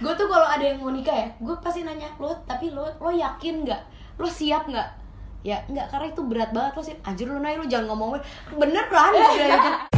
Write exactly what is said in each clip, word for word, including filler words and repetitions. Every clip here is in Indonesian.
Gue tuh kalau ada yang mau nikah ya, gue pasti nanya lo, tapi lo lo yakin nggak? Lo siap nggak? Ya nggak, karena itu berat banget. Lo sih anjir lu Nay, lo jangan ngomong beneran gitu.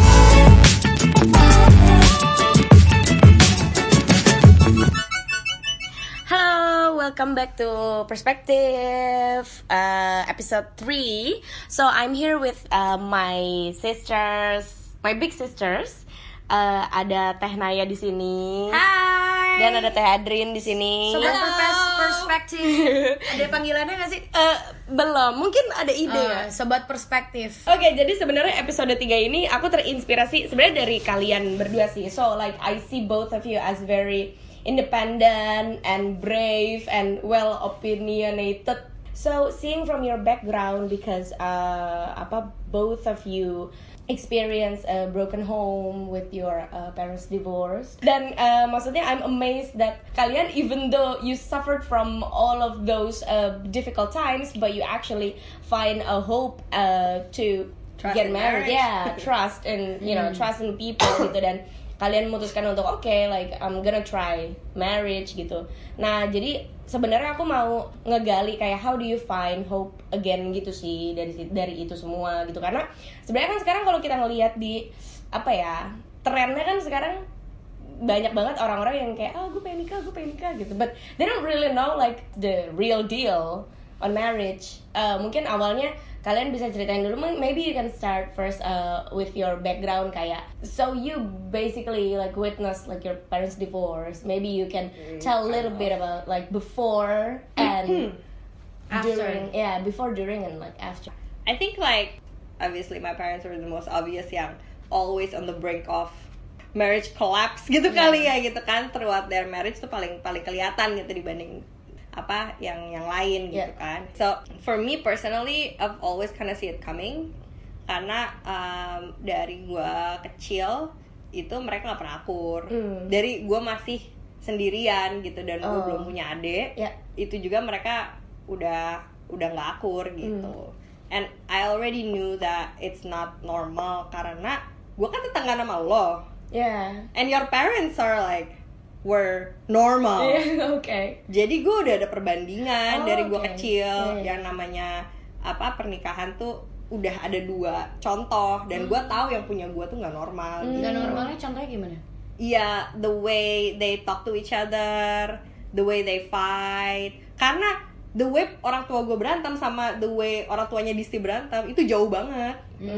Hello, welcome back to Perspective uh, episode three. So I'm here with uh, my sisters, my big sisters. Uh, ada Teh Naya di sini. Hai. Dan ada Teh Adrin di sini. Sobat Pers- Perspektif. Ada panggilannya nggak sih? Uh, belum, mungkin ada ide ya. Uh, Sobat Perspektif. Oke, okay, jadi sebenarnya episode tiga ini aku terinspirasi sebenarnya dari kalian berdua sih. So like I see both of you as very independent and brave and well opinionated. So seeing from your background, because uh, apa both of you experience a broken home with your uh, parents divorce, dan uh, maksudnya I'm amazed that kalian, even though you suffered from all of those uh, difficult times, but you actually find a hope uh, to Trust get in married. marriage. Yeah, trust and you know trust in people gitu, dan kalian memutuskan untuk oke, okay, like I'm gonna try marriage gitu. Nah, jadi sebenarnya aku mau ngegali kayak how do you find hope again gitu sih dari dari itu semua gitu. Karena sebenarnya kan sekarang kalau kita ngelihat di apa ya, trennya kan sekarang banyak banget orang-orang yang kayak oh gue pengen nikah, gue pengen nikah gitu, but they don't really know like the real deal on marriage. Uh, mungkin awalnya kalian bisa ceritain dulu, maybe you can start first uh, with your background kayak, so you basically like witness like your parents divorce, maybe you can tell a little bit about like before and After. during, yeah, before, during, and like after. I think like obviously my parents were the most obvious yang always on the brink of marriage collapse gitu Yeah. kali ya gitu kan, throughout their marriage tuh paling paling kelihatan gitu dibanding apa yang yang lain gitu Yeah. kan. So for me personally, I've always kind of see it coming karena um, dari gua kecil itu mereka nggak pernah akur. Mm. Dari gua masih sendirian gitu dan gua Oh. belum punya adik, Yeah. itu juga mereka udah udah nggak akur gitu. And I already knew that it's not normal karena gua kan tetangga sama lo, Yeah. and your parents are like were normal. Yeah, okay. Jadi gue udah ada perbandingan Oh, dari gue okay. kecil Yeah, yeah. yang namanya apa pernikahan tuh udah ada dua contoh dan gue tahu yang punya gue tuh nggak normal. Hmm. Gitu. Dan normalnya contohnya gimana? Iya, the way they talk to each other, the way they fight. Karena the way orang tua gue berantem sama the way orang tuanya Disti berantem itu jauh banget.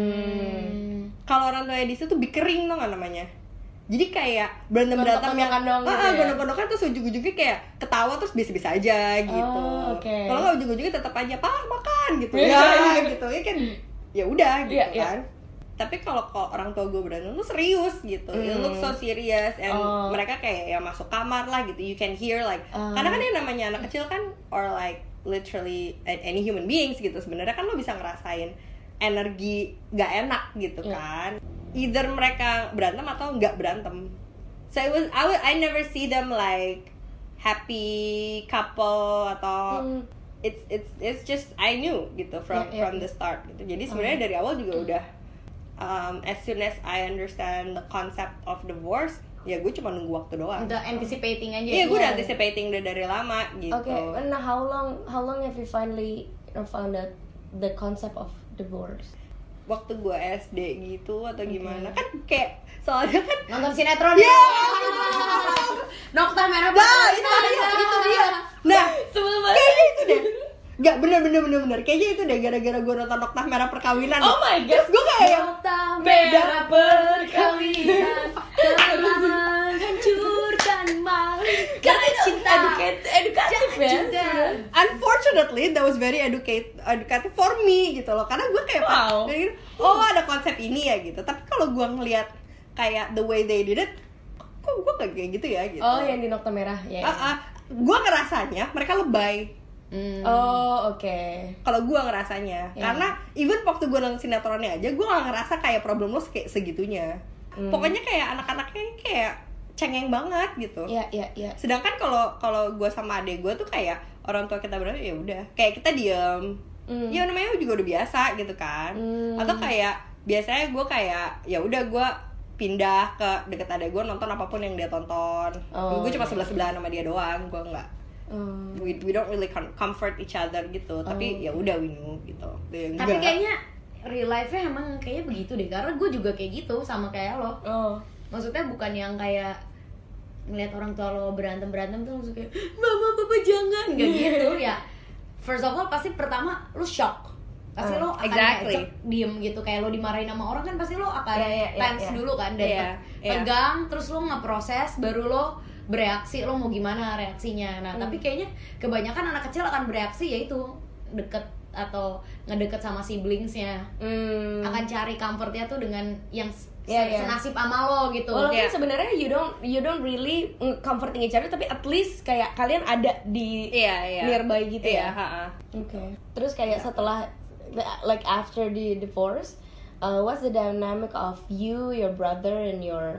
Hmm. Kalau orang tuanya Disti tuh bickering tuh nggak namanya. Jadi kayak berantem berantem yang Gontok-gontokan doang gitu ah, ya? gontok-gontokan terus ujung-ujungnya kayak ketawa terus biasa-biasa aja gitu. Oh, oke. Kalau nggak ujung-ujungnya tetap aja pak makan gitu Iya. ya gitu ya kan ya udah gitu Iya, iya. kan. Tapi kalau kalau orang tua gue berantem tuh serius gitu, it Hmm. looks so serious and Oh. mereka kayak ya masuk kamar lah gitu, you can hear like Oh. karena kan yang namanya anak kecil kan or like literally any human beings gitu sebenarnya kan lo bisa ngerasain energi gak enak gitu Iya. kan, either mereka berantem atau nggak berantem. So it was I, would, I never see them like happy couple atau Hmm. it's it's it's just I knew gitu from Yeah, yeah. from the start gitu. Jadi sebenarnya dari awal juga udah um, as soon as I understand the concept of divorce, ya gue cuma nunggu waktu doang. Udah anticipating aja. Iya, gue udah Iya. anticipating udah dari lama gitu. Okay, nah how long how long have you finally you know, found out the concept of divorce? Waktu gue S D gitu atau gimana kan kayak soalnya kan Nonton sinetron. ya Nokta merah. nah itu dia itu dia nah Sebelum banget. kayaknya itu deh nggak bener bener bener bener kayaknya itu deh gara-gara gue nonton Nokta Merah Perkawinan. Oh my God. Terus gue kayak yang Nokta merah perkawinan telah menghancurkan malaikat cinta. Educate, edukatif ya. Cinta. unfortunately that was very educate educative for me gitu loh, karena gue kayak Wow. kayak gitu, oh ada konsep ini ya gitu. Tapi kalau gue ngelihat kayak the way they did it, kok gue gak kayak gitu ya gitu. Oh, yang di Nokta Merah ya. Ah, ah, gue ngerasanya mereka lebay. Hmm. Oh, oke. Kalau gue ngerasanya, Ya. karena even waktu gue nonton sinetronnya aja, gue gak ngerasa kayak problem lo kayak segitunya. Hmm. Pokoknya kayak anak-anaknya kayak cengeng banget gitu. Iya, iya, iya. Sedangkan kalau kalau gue sama adek gue tuh kayak orang tua kita berantem ya udah, kayak kita diem, Hmm. ya namanya juga udah biasa gitu kan. Hmm. Atau kayak biasanya gue kayak ya udah gue pindah ke deket adek gue nonton apapun yang dia tonton. Oh, Gue cuma iya. sebelah sebelahan sama dia doang, gue nggak. Hmm. We, we don't really comfort each other gitu. Tapi ya udah we knew gitu. Dia Tapi enggak. kayaknya real life-nya emang kayaknya begitu deh. Karena gue juga kayak gitu sama kayak lo. Oh. Maksudnya bukan yang kayak ngeliat orang tua lo berantem berantem tuh langsung kayak mama papa jangan nggak gitu ya. First of all pasti pertama lo shock. Pasti Uh, lo akan exactly. kayak cek, diem gitu. Kayak lo dimarahin sama orang kan pasti lo akan Yeah, yeah, yeah, tense yeah. dulu kan. Dan Yeah, yeah. tegang terus lo ngeproses baru lo bereaksi, lo mau gimana reaksinya. Nah Hmm. tapi kayaknya kebanyakan anak kecil akan bereaksi yaitu deket atau ngedeket sama siblingsnya. Hmm. Akan cari comfortnya tuh dengan yang se- Iya, iya. senasib sama lo gitu. Walaupun Iya. sebenarnya you don't you don't really comforting each other, tapi at least kayak kalian ada di Iya, iya. nearby gitu Iya, ya. ha-ha. Oke. Terus kayak setelah like after the divorce, uh, what's the dynamic of you, your brother, and your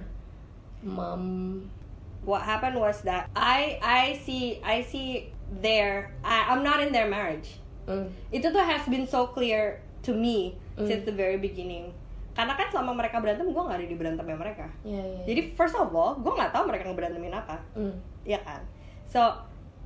mom? What happened was that I I see I see their I, I'm not in their marriage. Mm. Itu tuh has been so clear to me Mm. since the very beginning. Karena kan selama mereka berantem, gue nggak ada di berantemnya mereka. Iya, iya. Jadi first of all, gue nggak tahu mereka ngeberantemin apa, Mm. ya kan? So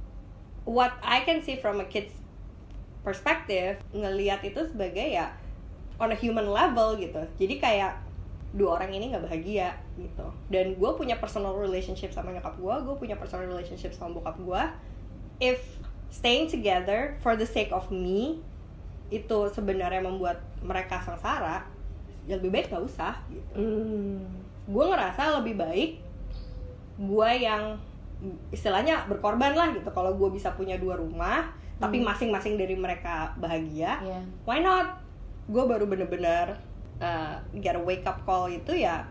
what I can see from a kid's perspective, ngelihat itu sebagai ya on a human level gitu. Jadi kayak dua orang ini nggak bahagia gitu. Dan gue punya personal relationship sama nyokap gue, gue punya personal relationship sama bokap gue. If staying together for the sake of me itu sebenarnya membuat mereka sengsara, ya lebih baik nggak usah gitu. Mm. Gue ngerasa lebih baik gue yang istilahnya berkorban lah gitu. Kalau gue bisa punya dua rumah tapi Hmm. masing-masing dari mereka bahagia, Iya. why not? Gue baru bener-bener uh, get a wake up call itu ya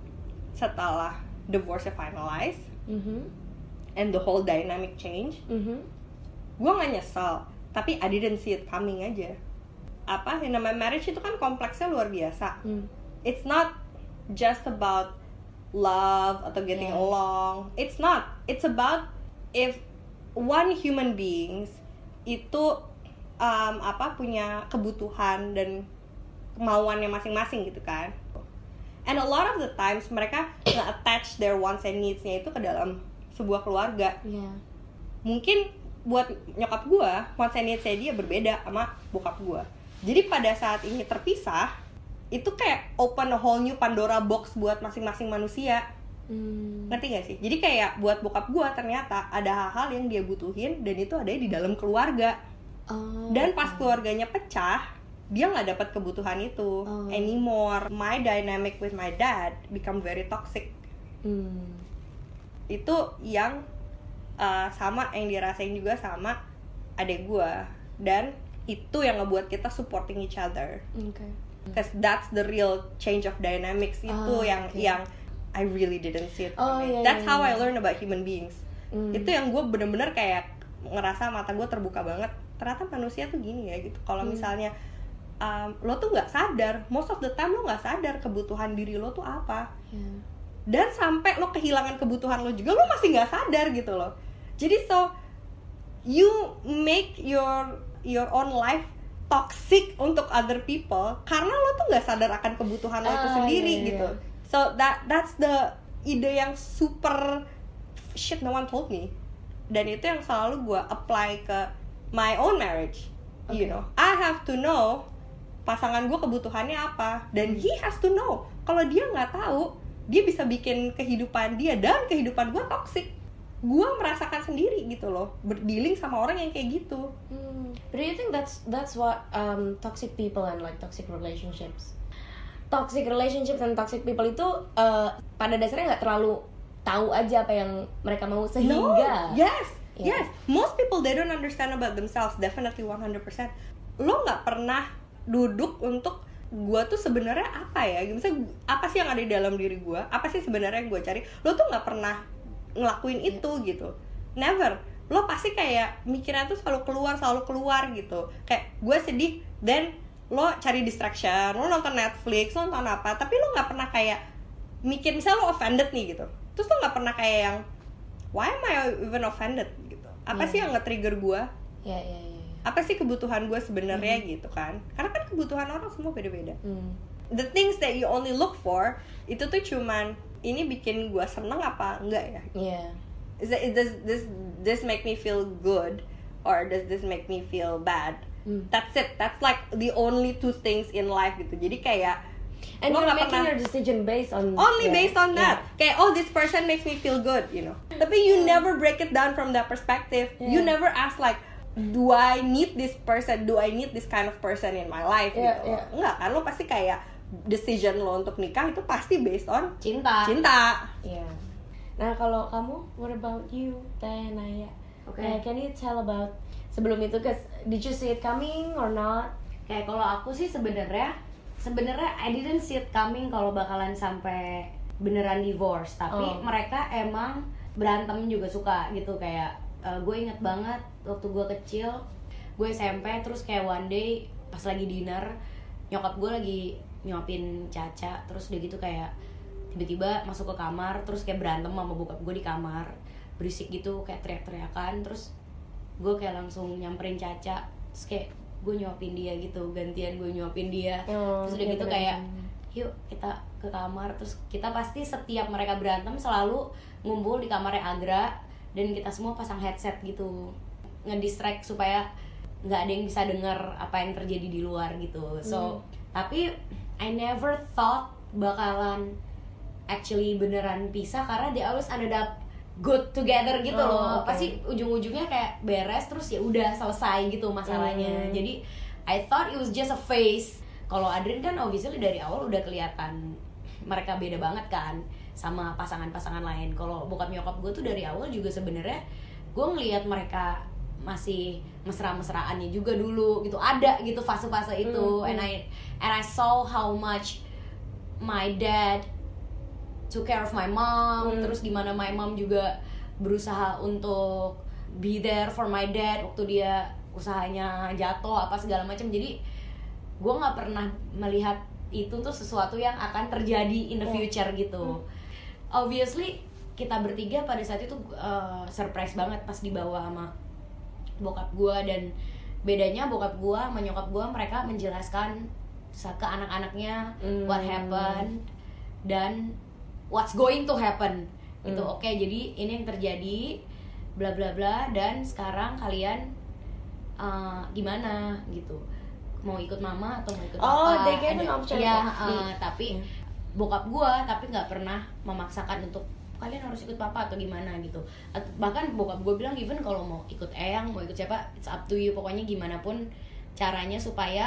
setelah divorce finalized Mhm. and the whole dynamic change. Mhm. Gue nggak nyesel, tapi I didn't see it coming aja. Apa yang namanya marriage itu kan kompleksnya luar biasa. Mm. It's not just about love atau getting Yeah. along. It's not. It's about if one human beings itu um, apa punya kebutuhan dan kemauannya masing-masing gitu kan. And a lot of the times mereka nge-attach their wants and needs-nya itu ke dalam sebuah keluarga. Iya. Mungkin buat nyokap gue, wants and needs-nya dia berbeda sama bokap gue. Jadi pada saat ini terpisah, itu kayak open a whole new Pandora box buat masing-masing manusia. Mm. Ngerti gak sih? Jadi kayak buat bokap gue ternyata ada hal-hal yang dia butuhin dan itu ada di dalam keluarga. Oh, Dan pas oke. keluarganya pecah, dia nggak dapat kebutuhan itu Oh. anymore. My dynamic with my dad become very toxic. Mm. Itu yang uh, sama yang dirasain juga sama adik gue. Dan itu yang ngebuat kita supporting each other. Okay. Because that's the real change of dynamics. Itu Ah, yang okay. yang I really didn't see it Oh, coming. iya, That's iya, how I iya. learn about human beings. Mm. Itu yang gue bener-bener kayak ngerasa mata gue terbuka banget. Ternyata manusia tuh gini ya gitu. Kalau Hmm. misalnya um, lo tuh nggak sadar, most of the time lo nggak sadar kebutuhan diri lo tuh apa. Yeah. Dan sampai lo kehilangan kebutuhan lo juga, lo masih nggak sadar gitu loh. Jadi so you make your your own life toxic untuk other people karena lo tuh nggak sadar akan kebutuhan lo itu Ah, sendiri iya, iya. gitu. So that that's the ide yang super shit no one told me. Dan itu yang selalu gue apply ke my own marriage. You Okay. know, I have to know pasangan gue kebutuhannya apa dan he has to know. Kalau dia nggak tahu, dia bisa bikin kehidupan dia dan kehidupan gue toxic. Gue merasakan sendiri gitu loh, berdealing sama orang yang kayak gitu. Hmm. But do you think that's that's what um, toxic people and like toxic relationships? Toxic relationships and toxic people itu uh, pada dasarnya nggak terlalu tahu aja apa yang mereka mau sehingga. No, yes, Yeah. yes. Most people they don't understand about themselves, definitely one hundred percent. Lo nggak pernah duduk untuk gue tuh sebenarnya apa ya? Misalnya apa sih yang ada di dalam diri gue? Apa sih sebenarnya yang gue cari? Lo tuh nggak pernah ngelakuin itu gitu. Never. Lo pasti kayak mikirnya tuh selalu keluar, selalu keluar gitu. Kayak gue sedih, then lo cari distraction, lo nonton Netflix, lo nonton apa, tapi lo nggak pernah kayak mikir, misalnya lo offended nih gitu, terus lo nggak pernah kayak yang why am I even offended gitu, apa Yeah. sih yang nge-trigger gue, Ya ya ya. apa sih kebutuhan gue sebenarnya gitu kan, karena kan kebutuhan orang semua beda-beda. Hmm. the things that you only look for itu tuh cuman ini bikin gue seneng apa enggak ya? Yeah. Is that, does this this make me feel good or does this make me feel bad? Hmm. That's it. That's like the only two things in life gitu. Jadi kayak And lo you're nggak making pernah- your decision based on only yeah, based on that. yeah. Kayak oh this person makes me feel good, you know. Tapi you never break it down from that perspective. You Yeah. never ask like do I need this person? Do I need this kind of person in my life? Yeah, gitu. yeah. Enggak kan lo pasti kayak decision lo untuk nikah itu pasti based on Cinta. cinta. Yeah. Nah kalau kamu, what about you, Teh Naya? Oke. Nah, can you tell about sebelum itu, cause did you see it coming or not? Kayak kalau aku sih sebenarnya sebenarnya I didn't see it coming kalau bakalan sampai beneran divorce, tapi Oh. mereka emang berantem juga suka gitu. Kayak uh, gue inget banget waktu gue kecil, gue S M P, terus kayak one day pas lagi dinner, nyokap gue lagi nyuapin Caca, terus udah gitu kayak tiba-tiba masuk ke kamar, terus kayak berantem sama bokap gue di kamar, berisik gitu kayak teriak-teriakan, terus gue kayak langsung nyamperin Caca, terus kayak gue nyuapin dia gitu, gantian gue nyuapin dia. Oh, Terus udah iya gitu bener. kayak yuk kita ke kamar. Terus kita pasti setiap mereka berantem selalu ngumpul di kamarnya Agra, dan kita semua pasang headset gitu, ngedistract supaya nggak ada yang bisa dengar apa yang terjadi di luar gitu. So tapi I never thought bakalan actually beneran pisah, karena they always ended up good together gitu Oh, loh. oke. Pasti ujung-ujungnya kayak beres, terus ya udah selesai gitu masalahnya. Hmm. Jadi I thought it was just a phase. Kalau Adrian kan obviously dari awal udah kelihatan mereka beda banget kan sama pasangan-pasangan lain. Kalau bokap nyokap gue tuh dari awal juga sebenarnya gue ngelihat mereka masih mesra-mesraannya juga dulu gitu, ada gitu fase-fase itu. Hmm, and I and I saw how much my dad took care of my mom, Hmm. terus gimana my mom juga berusaha untuk be there for my dad waktu dia usahanya jatuh apa segala macam. Jadi gue nggak pernah melihat itu tuh sesuatu yang akan terjadi in the future gitu. Obviously kita bertiga pada saat itu uh, surprise banget pas dibawa sama bokap gue, dan bedanya bokap gue sama nyokap gue, mereka menjelaskan ke anak-anaknya Hmm. what happened dan what's going to happen gitu. Hmm. Oke, jadi ini yang terjadi bla bla bla, dan sekarang kalian uh, gimana gitu, mau ikut mama atau mau ikut Oh, papa. they gave an Ada- option ya, ya? uh, tapi Hmm. bokap gua tapi nggak pernah memaksakan untuk kalian harus ikut papa atau gimana gitu. At- bahkan bokap gua bilang even kalau mau ikut eyang, mau ikut siapa, it's up to you, pokoknya gimana pun caranya supaya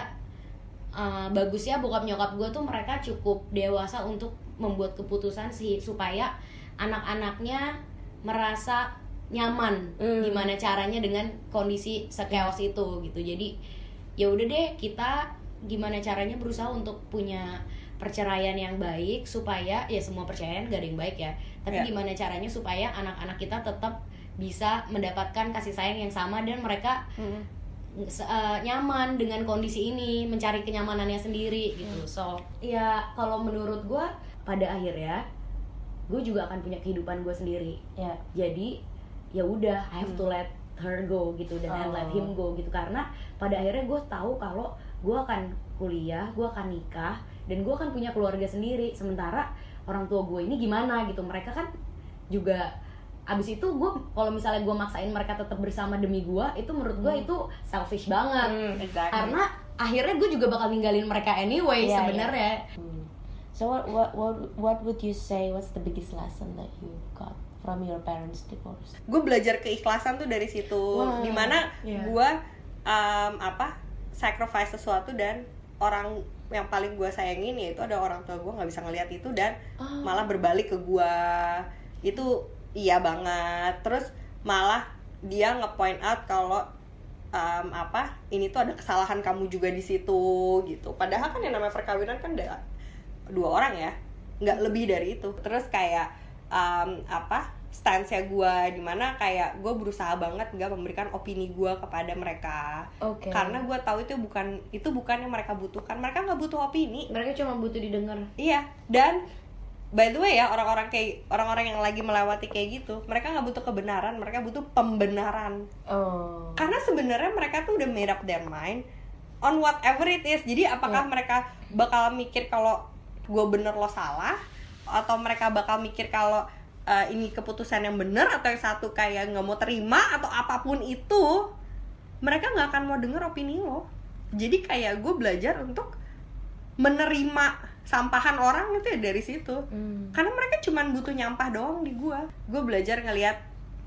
uh, bagus ya bokap nyokap gua tuh mereka cukup dewasa untuk membuat keputusan sih supaya anak-anaknya merasa nyaman Hmm. gimana caranya dengan kondisi sekeos itu gitu. Jadi ya udah deh, kita gimana caranya berusaha untuk punya perceraian yang baik supaya ya semua perceraian gak ada yang baik ya, tapi Ya. gimana caranya supaya anak-anak kita tetap bisa mendapatkan kasih sayang yang sama dan mereka Hmm. se- uh, nyaman dengan kondisi ini, mencari kenyamanannya sendiri gitu. So ya kalau menurut gue pada akhirnya gue juga akan punya kehidupan gue sendiri. Ya. Jadi ya udah, I have to let her go gitu, dan and let him go gitu, karena pada akhirnya gue tahu kalau gue akan kuliah, gue akan nikah, dan gue akan punya keluarga sendiri. Sementara orang tua gue ini gimana gitu, mereka kan juga abis itu gue kalau misalnya gue maksain mereka tetap bersama demi gue, itu menurut gue itu selfish banget. Hmm, exactly. Karena akhirnya gue juga bakal ninggalin mereka anyway. Iya, sebenarnya. Hmm. So what what what what would you say? What's the biggest lesson that you got from your parents' divorce? Gue belajar keikhlasan tuh dari situ. Wah, Dimana iya. gue um, apa sacrifice sesuatu dan orang yang paling gue sayangin yaitu ada orang tua gue nggak bisa ngelihat itu dan Oh. malah berbalik ke gue. Itu iya banget. Terus malah dia nge-point out kalau um, apa ini tuh ada kesalahan kamu juga di situ gitu. Padahal kan yang namanya perkawinan kan ada dua orang ya, nggak lebih dari itu. Terus kayak um, apa stance-nya gue, dimana kayak gue berusaha banget nggak memberikan opini gue kepada mereka. Oke. Karena gue tahu itu bukan itu bukan yang mereka butuhkan. Mereka nggak butuh opini. Mereka cuma butuh didengar. Iya. Dan by the way ya, orang-orang kayak orang-orang yang lagi melewati kayak gitu, mereka nggak butuh kebenaran, mereka butuh pembenaran. Oh. Karena sebenarnya mereka tuh udah made up their mind on whatever it is. Jadi apakah Yeah. mereka bakal mikir kalau gue bener lo salah, atau mereka bakal mikir kalau uh, ini keputusan yang bener, atau yang satu kayak nggak mau terima, atau apapun itu, mereka nggak akan mau denger opini lo. Jadi kayak gue belajar untuk menerima sampahan orang itu ya dari situ. Hmm. Karena mereka cuman butuh nyampah doang di gue. Gue belajar ngelihat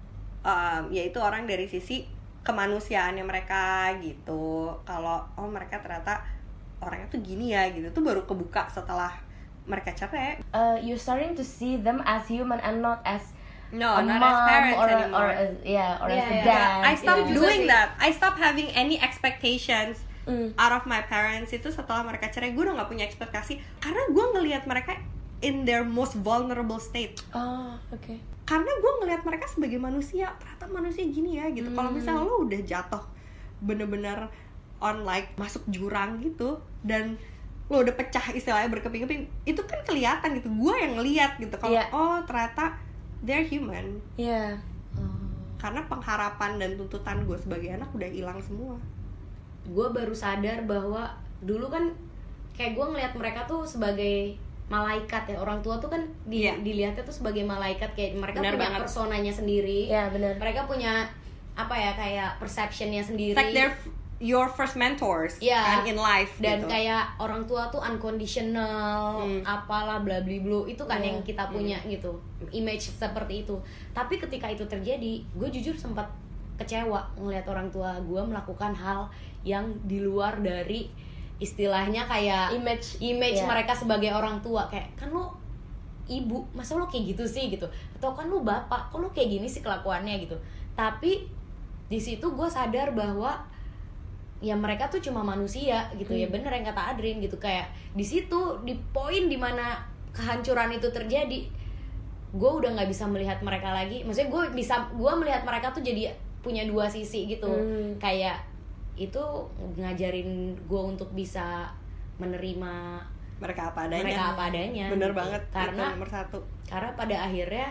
um, yaitu orang dari sisi kemanusiaannya mereka gitu. Kalau oh mereka ternyata orangnya tuh gini ya gitu, tuh baru kebuka setelah mereka cerai. Uh, you starting to see them as human and not as No, a not mom as parents or a, anymore. or as, yeah or Yeah, as a yeah. dad. I stopped Itu juga doing sih. that. I stopped having any expectations Mm. out of my parents. Itu setelah mereka cerai, gue udah gak punya ekspektasi, karena gue ngelihat mereka in their most vulnerable state. Oh, oke. Okay. Karena gue ngelihat mereka sebagai manusia, ternyata manusia gini ya gitu. Kalau misalnya lo udah jatuh bener-bener on like masuk jurang gitu, dan lo udah pecah istilahnya berkeping-keping, itu kan kelihatan gitu. Gue yang ngelihat gitu kalau Yeah. oh ternyata they're human. Iya. Karena pengharapan dan tuntutan gue sebagai anak udah hilang semua. Gue baru sadar bahwa dulu kan kayak gue ngelihat mereka tuh sebagai malaikat ya. Orang tua tuh kan di, Iya. dilihatnya tuh sebagai malaikat, kayak mereka Benar punya banget. personanya sendiri. Iya, benar. Mereka punya apa ya, kayak perceptionnya sendiri. It's like they're f- your first mentors Iya. kan in life Dan gitu. kayak orang tua tuh unconditional, Hmm. apalah bla bla bla, itu kan Iya. yang kita punya gitu, image seperti itu. Tapi ketika itu terjadi, gue jujur sempat kecewa ngelihat orang tua gue melakukan hal yang di luar dari istilahnya kayak Image. image Iya. mereka sebagai orang tua. Kayak kan lo ibu, masa lo kayak gitu sih gitu, atau kan lo bapak, kok lo kayak gini sih kelakuannya gitu. Tapi di situ gue sadar bahwa ya mereka tuh cuma manusia gitu. Hmm. Ya bener yang kata Adrin gitu, kayak di situ di poin dimana kehancuran itu terjadi, gue udah nggak bisa melihat mereka lagi. Maksudnya gue bisa gue melihat mereka tuh jadi punya dua sisi gitu. Hmm. Kayak itu ngajarin gue untuk bisa menerima mereka apa adanya. mereka apa adanya. Bener gitu. banget. Karena itu nomor satu. karena pada akhirnya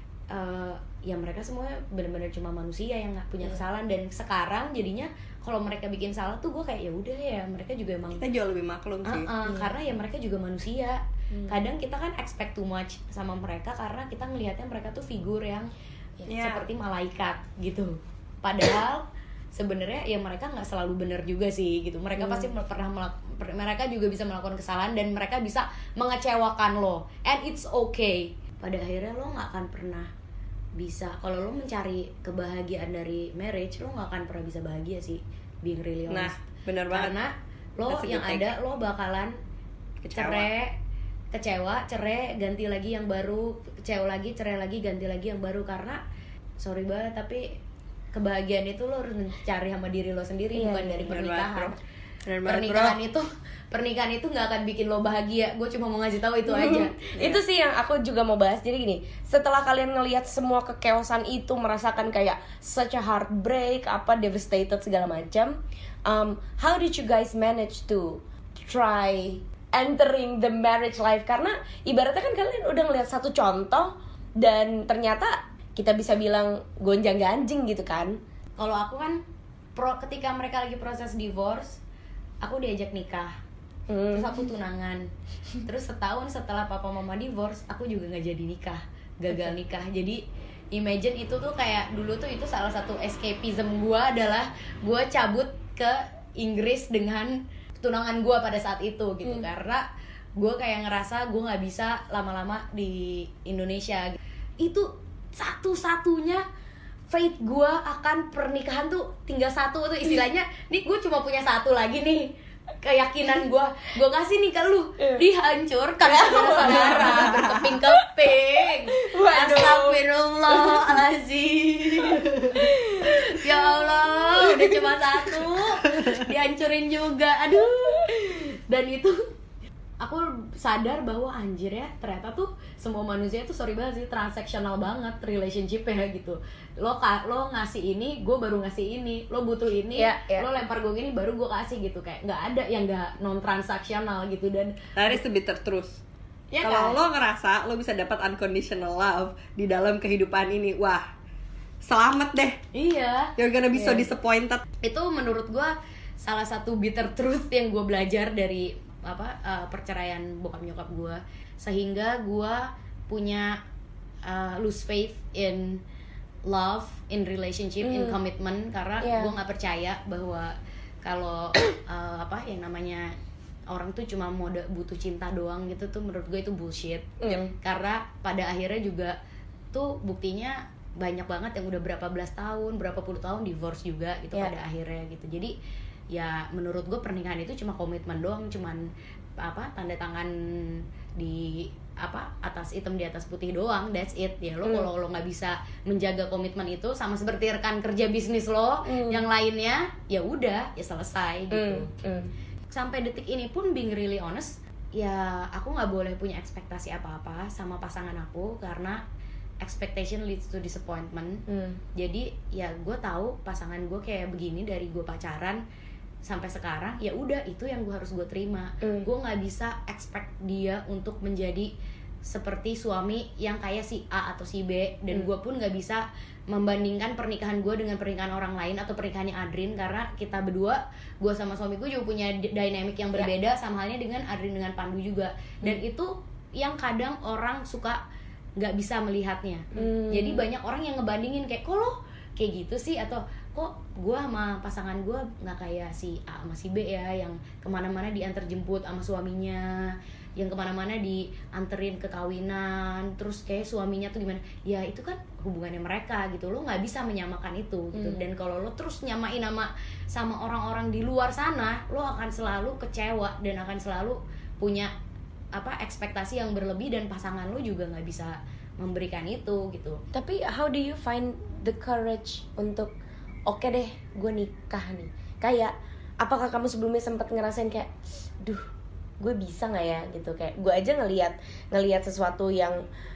uh, ya mereka semua benar-benar cuma manusia yang nggak punya kesalahan. Dan sekarang jadinya kalau mereka bikin salah tuh gue kayak ya udah ya, mereka juga emang Kita jauh lebih maklum sih. Uh-uh, karena ya mereka juga manusia. Hmm. Kadang kita kan expect too much sama mereka karena kita ngelihatnya mereka tuh figur yang Yeah. seperti malaikat gitu. Padahal sebenarnya ya mereka nggak selalu benar juga sih gitu. Mereka Hmm. pasti pernah melak- per- mereka juga bisa melakukan kesalahan dan mereka bisa mengecewakan lo. And it's okay. Pada akhirnya lo nggak akan pernah bisa, kalau lo mencari kebahagiaan dari marriage, lo nggak akan pernah bisa bahagia sih, being really Nah, honest. bener banget. Karena lo That's a good yang take. ada lo bakalan Kecewa. cerai, kecewa, cerai, ganti lagi yang baru, kecewa lagi, cerai lagi, ganti lagi yang baru. Karena sorry banget tapi kebahagiaan itu lo harus mencari sama diri lo sendiri, Iya, bukan dari bener pernikahan. banget, bro. Bener banget, Pernikahan bro. itu pernikahan itu nggak akan bikin lo bahagia. Gue cuma mau ngasih tahu itu aja. Itu sih yang aku juga mau bahas. Jadi gini, setelah kalian ngelihat semua kekeosan itu, merasakan kayak such a heartbreak, apa devastated segala macam, um, how did you guys manage to try entering the marriage life? Karena ibaratnya kan kalian udah ngelihat satu contoh dan ternyata kita bisa bilang gonjang ganjing gitu kan. Kalau aku kan pro, ketika mereka lagi proses divorce, aku diajak nikah. Hmm. Terus aku tunangan. Terus setahun setelah papa mama divorce, aku juga nggak jadi nikah, gagal nikah. Jadi imagine itu tuh kayak dulu tuh itu salah satu escapism gue adalah gue cabut ke Inggris dengan tunangan gue pada saat itu gitu. Hmm. Karena gue kayak ngerasa gue nggak bisa lama-lama di Indonesia. Itu satu-satunya fate gue akan pernikahan tuh tinggal satu tuh istilahnya. Nih gue cuma punya satu lagi nih keyakinan gue, gue kasih nih ke lu, dihancurkan saudara-saudara berkeping-keping. Astagfirullahaladzim. Ya Allah, udah cuma satu dihancurin juga, aduh. Dan itu aku sadar bahwa anjir ya, ternyata tuh semua manusia tuh sorry banget sih transaksional banget relationship ya gitu. Lo lo ngasih ini, gue baru ngasih ini. Lo butuh ini, Yeah, yeah. lo lempar gue gini, baru gue kasih gitu. Kayak nggak ada yang nggak non transaksional gitu. Dan That is the bitter truth. ya Kalau kan? lo ngerasa lo bisa dapat unconditional love di dalam kehidupan ini, wah, selamat deh. Iya. You're gonna be so Yeah. disappointed. Itu menurut gue salah satu bitter truth yang gue belajar dari apa uh, perceraian bokap nyokap gue, sehingga gue punya uh, lose faith in love, in relationship, mm. in commitment, karena yeah. gue nggak percaya bahwa kalau uh, apa yang namanya orang tuh cuma mau butuh cinta doang gitu tuh, menurut gue itu bullshit. Mm. Karena pada akhirnya juga tuh buktinya banyak banget yang udah berapa belas tahun, berapa puluh tahun divorce juga gitu yeah. pada akhirnya gitu. Jadi ya menurut gue pernikahan itu cuma komitmen doang, cuman apa tanda tangan di apa atas hitam di atas putih doang, that's it ya. Lo kalau mm. lo nggak bisa menjaga komitmen itu, sama seperti rekan kerja bisnis lo mm. yang lainnya, ya udah ya selesai gitu. mm. Mm. Sampai detik ini pun being really honest, ya aku nggak boleh punya ekspektasi apa-apa sama pasangan aku, karena expectation leads to disappointment. mm. Jadi ya gue tahu pasangan gue kayak begini dari gue pacaran sampai sekarang, ya udah itu yang gue harus gue terima. mm. Gue nggak bisa expect dia untuk menjadi seperti suami yang kayak si A atau si B, dan mm. gue pun nggak bisa membandingkan pernikahan gue dengan pernikahan orang lain atau pernikahannya Adrin, karena kita berdua, gue sama suami gue juga punya dynamic yang berbeda, yeah. sama halnya dengan Adrin dengan Pandu juga. Dan mm. itu yang kadang orang suka nggak bisa melihatnya. mm. Jadi banyak orang yang ngebandingin kayak, kok lo kayak gitu sih, atau kok gue sama pasangan gue nggak kayak si A sama si B ya, yang kemana-mana diantar jemput sama suaminya, yang kemana-mana dianterin ke kawinan, terus kayak suaminya tuh gimana. Ya itu kan hubungannya mereka gitu, lo nggak bisa menyamakan itu gitu. hmm. Dan kalau lo terus nyamain sama sama orang-orang di luar sana, lo akan selalu kecewa dan akan selalu punya apa ekspektasi yang berlebih, dan pasangan lo juga nggak bisa memberikan itu gitu. Tapi how do you find the courage untuk oke okay deh gue nikah nih? Kayak apakah kamu sebelumnya sempat ngerasain kayak, duh gue bisa nggak ya gitu, kayak gue aja ngelihat ngelihat sesuatu yang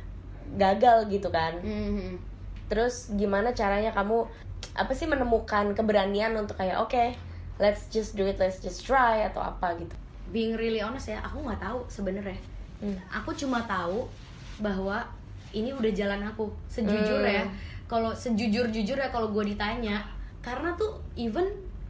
gagal gitu kan. mm-hmm. Terus gimana caranya kamu apa sih menemukan keberanian untuk kayak oke okay, let's just do it, let's just try, atau apa gitu? Being really honest ya, aku nggak tahu sebenarnya. mm. Aku cuma tahu bahwa ini udah jalan aku sejujurnya. mm. Kalau sejujur-jujur ya kalau gue ditanya, karena tuh even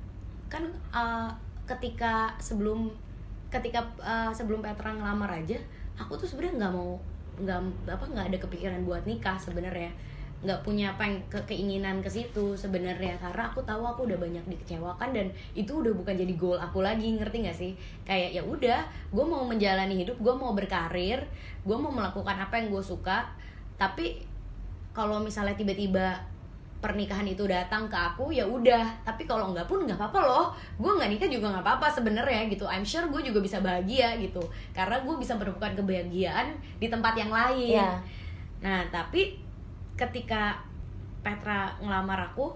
kan uh, ketika sebelum ketika uh, sebelum Petra ngelamar aja, aku tuh sebenarnya nggak mau nggak apa nggak ada kepikiran buat nikah sebenarnya, nggak punya peng ke keinginan ke situ sebenarnya, karena aku tahu aku udah banyak dikecewakan dan itu udah bukan jadi goal aku lagi, ngerti nggak sih? Kayak ya udah, gue mau menjalani hidup, gue mau berkarir, gue mau melakukan apa yang gue suka. Tapi kalau misalnya tiba-tiba pernikahan itu datang ke aku, ya udah. Tapi kalau enggak pun nggak apa-apa loh, gue nggak nikah juga nggak apa-apa sebenarnya gitu. I'm sure gue juga bisa bahagia gitu, karena gue bisa menemukan kebahagiaan di tempat yang lain. yeah. Nah tapi ketika Petra ngelamar aku,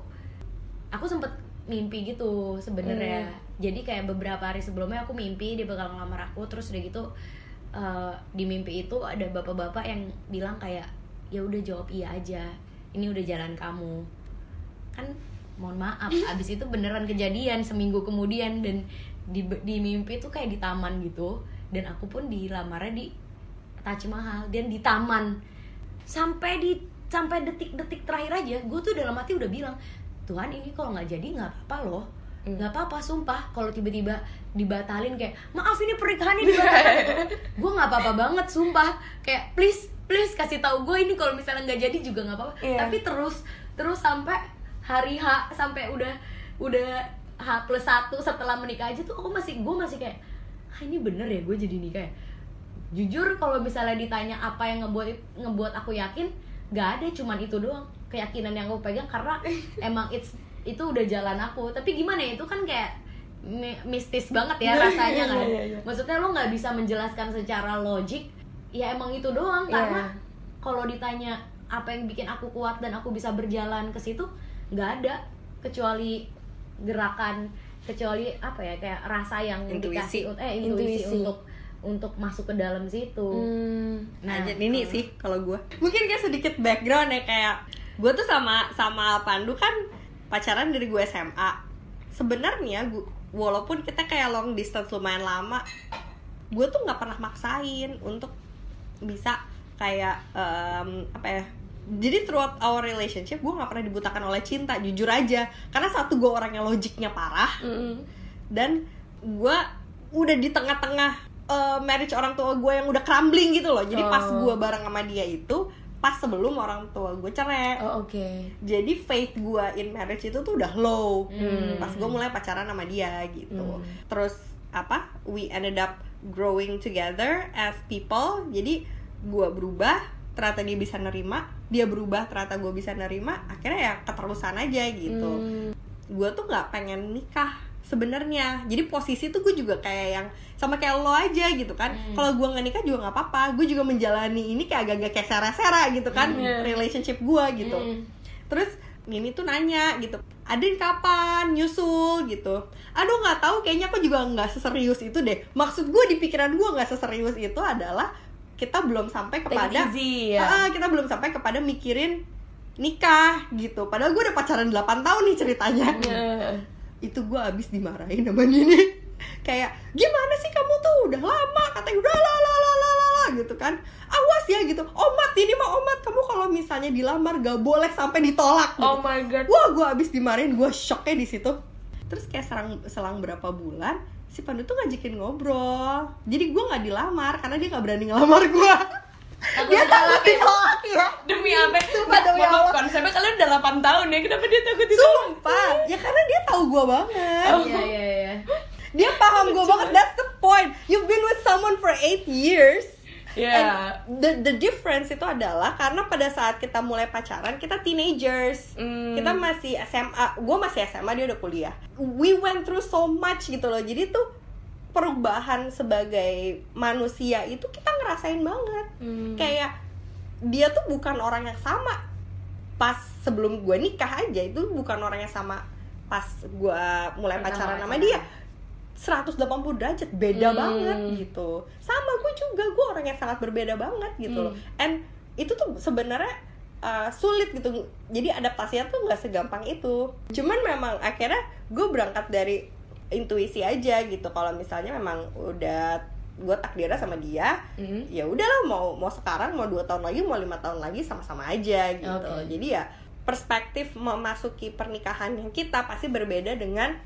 aku sempet mimpi gitu sebenarnya. mm. Jadi kayak beberapa hari sebelumnya aku mimpi dia bakal ngelamar aku, terus udah gitu uh, di mimpi itu ada bapak-bapak yang bilang kayak, ya udah jawab iya aja, ini udah jalan kamu. Kan mohon maaf, abis itu beneran kejadian seminggu kemudian, dan di, di mimpi tuh kayak di taman gitu, dan aku pun dilamarnya di Taj Mahal dan di taman. Sampai di sampai detik-detik terakhir aja gue tuh dalam hati udah bilang, Tuhan ini kalau nggak jadi nggak apa-apa loh, nggak apa-apa sumpah. Kalau tiba-tiba dibatalin kayak, maaf ini pernikahannya dibatalin, gue nggak apa-apa banget sumpah, kayak please please kasih tahu gue ini kalau misalnya nggak jadi juga nggak apa-apa. yeah. Tapi terus terus sampai hari H, sampai udah udah H plus satu setelah menikah aja tuh aku masih gue masih kayak, ah ini bener ya gue jadi nikah ya. Jujur kalau misalnya ditanya apa yang ngebuat ngebuat aku yakin, nggak ada, cuman itu doang keyakinan yang aku pegang, karena emang it's itu udah jalan aku. Tapi gimana ya, itu kan kayak mistis banget ya rasanya kan. Maksudnya lo nggak bisa menjelaskan secara logik, ya emang itu doang. Karena yeah. kalau ditanya apa yang bikin aku kuat dan aku bisa berjalan ke situ, nggak ada kecuali gerakan, kecuali apa ya, kayak rasa yang intuisi. dikasih eh intuisi, intuisi untuk untuk masuk ke dalam situ. hmm. Nah ini uh. sih kalau gue mungkin kayak sedikit background ya, kayak gue tuh sama sama Pandu kan pacaran dari gue S M A. Sebenarnya gue, walaupun kita kayak long distance lumayan lama, gue tuh nggak pernah maksain untuk bisa kayak um, apa ya. Jadi throughout our relationship gue nggak pernah dibutakan oleh cinta, jujur aja. Karena satu, gue orang yang logiknya parah. mm-hmm. dan gue udah di tengah-tengah uh, marriage orang tua gue yang udah crumbling gitu loh. Jadi oh. pas gue bareng sama dia itu pas sebelum orang tua gue cerai. Oh, oke. Okay. Jadi faith gue in marriage itu tuh udah low. Mm. Pas gue mulai pacaran sama dia gitu. Mm. Terus apa? We ended up growing together as people. Jadi gue berubah, ternyata dia bisa nerima. Dia berubah, ternyata gue bisa nerima. Akhirnya ya keterusan aja gitu. Mm. Gue tuh nggak pengen nikah sebenarnya. Jadi posisi tuh gue juga kayak yang sama kayak lo aja gitu kan. Mm. Kalau gue nggak nikah juga nggak apa-apa. Gue juga menjalani ini kayak agak-agak kayak sera-sera gitu kan, mm. relationship gue gitu. Mm. Terus Mimi tuh nanya gitu, Adin kapan nyusul gitu. Aduh nggak tahu, kayaknya aku juga nggak seserius itu deh. Maksud gue di pikiran gue nggak seserius itu adalah kita belum sampai kepada easy, ya. uh, kita belum sampai kepada mikirin nikah gitu. Padahal gue udah pacaran delapan tahun nih ceritanya. Yeah. Itu gue abis dimarahin sama Nini. Kayak gimana sih kamu tuh udah lama, katanya udah la la la la la gitu kan. Awas ya gitu. Omat ini mah omat, kamu kalau misalnya dilamar gak boleh sampai ditolak gitu. Oh my god. Wah, gue abis dimarahin, gue shocknya di situ. Terus kayak selang, selang berapa bulan si Pandu tuh ngajakin ngobrol. Jadi gue nggak dilamar karena dia nggak berani ngelamar gue. Dia takut ditolak ya. Demi apa? Sumpah demi Allah. Konsepnya kalian udah delapan tahun ya, kenapa dia takut ditolak? Sumpah, ya karena dia tahu gue banget. Oh iya iya iya. Dia paham gue banget, that's the point. You've been with someone for eight years. Yeah. And the the difference itu adalah karena pada saat kita mulai pacaran kita teenagers, mm. kita masih S M A, gue masih S M A, dia udah kuliah. We went through so much gitu loh. Jadi tuh perubahan sebagai manusia itu kita ngerasain banget. Mm. Kayak dia tuh bukan orang yang sama pas sebelum gue nikah aja, itu bukan orang yang sama pas gue mulai pacaran sama dia. seratus delapan puluh derajat beda hmm. banget gitu. Sama gue juga, gue orang yang sangat berbeda banget gitu loh. Hmm. And itu tuh sebenarnya uh, sulit gitu. Jadi adaptasinya tuh nggak segampang itu. Cuman memang akhirnya gue berangkat dari intuisi aja gitu. Kalau misalnya memang udah gue takdirnya sama dia, hmm. ya udahlah, mau mau sekarang, mau dua tahun lagi, mau lima tahun lagi sama-sama aja gitu. Okay. Jadi ya perspektif memasuki pernikahan yang kita pasti berbeda dengan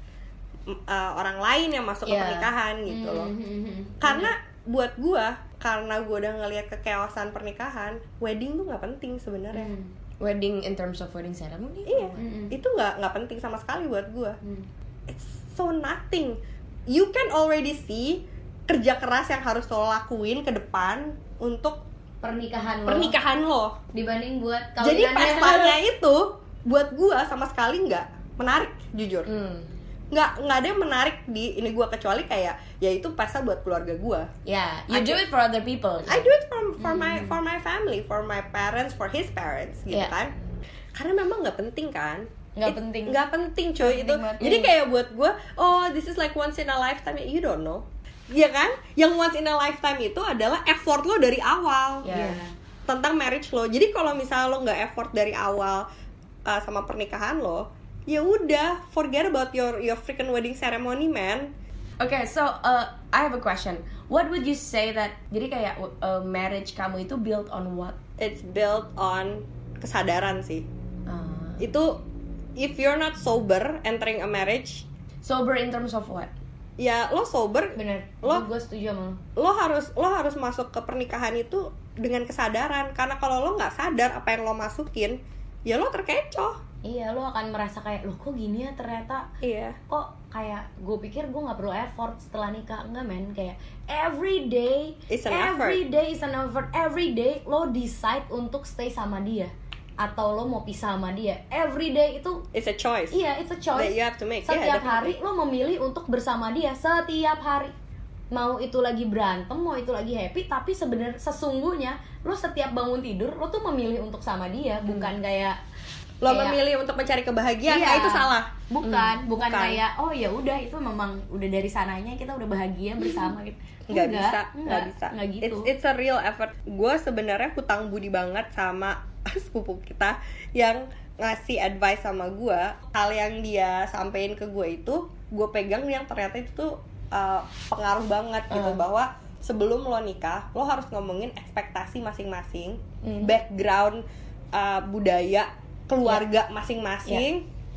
Uh, orang lain yang masuk yeah. ke pernikahan gitu loh. Mm-hmm. Karena buat gue, karena gue udah ngelihat kekeosan pernikahan, wedding tuh nggak penting sebenarnya. Mm. Wedding in terms of wedding ceremony? Iya, mm-hmm. itu nggak nggak penting sama sekali buat gue. Mm. It's so nothing. You can already see kerja keras yang harus lo lakuin ke depan untuk pernikahan lo. Pernikahan lo. Dibanding buat jadi pestanya itu buat gue sama sekali nggak menarik, jujur. Mm. nggak nggak ada yang menarik di ini gue, kecuali kayak ya itu pesta buat keluarga gue. Yeah, you I do it for other people. I do it for for mm. my for my family, for my parents, for his parents gitu yeah. kan. Karena memang nggak penting kan. Nggak penting. Nggak penting coy itu. Penting jadi kayak buat gue, oh this is like once in a lifetime. You don't know. Iya kan? Yang once in a lifetime itu adalah effort lo dari awal. Yeah. Tentang marriage lo. Jadi kalau misalnya lo nggak effort dari awal uh, sama pernikahan lo, ya udah, forget about your your freaking wedding ceremony, man. Okay, so uh, I have a question. What would you say that jadi kayak uh, marriage kamu itu built on what? It's built on kesadaran sih. Uh. Itu if you're not sober entering a marriage. Sober in terms of what? Ya lo sober. Bener. Lo gue setuju sama lo. Lo harus lo harus masuk ke pernikahan itu dengan kesadaran. Karena kalau lo nggak sadar apa yang lo masukin, ya lo terkecoh. Iya, lo akan merasa kayak, loh kok gini ya ternyata. Iya. Kok kayak, gue pikir gue gak perlu effort setelah nikah. Enggak men, kayak every day It's an Every effort. day is an effort. Every day lo decide untuk stay sama dia, atau lo mau pisah sama dia. Every day itu It's a choice. Iya, it's a choice that you have to make. Setiap yeah, hari lo memilih untuk bersama dia. Setiap hari. Mau itu lagi berantem, mau itu lagi happy, tapi sebenarnya sesungguhnya lo setiap bangun tidur, lo tuh memilih untuk sama dia. Bukan kayak lo kayak, memilih untuk mencari kebahagiaan, iya, nah, itu salah. Bukan, hmm, bukan, bukan kayak oh ya udah itu memang udah dari sananya kita udah bahagia bersama gitu. Nggak enggak, bisa, enggak, nggak bisa. Enggak gitu. It's, it's a real effort. Gue sebenarnya hutang budi banget sama sepupu kita yang ngasih advice sama gue. Hal yang dia sampein ke gue itu, gue pegang yang ternyata itu tuh uh, pengaruh banget gitu, uh. bahwa sebelum lo nikah, lo harus ngomongin ekspektasi masing-masing, mm. background uh, budaya keluarga yeah. masing-masing, yeah.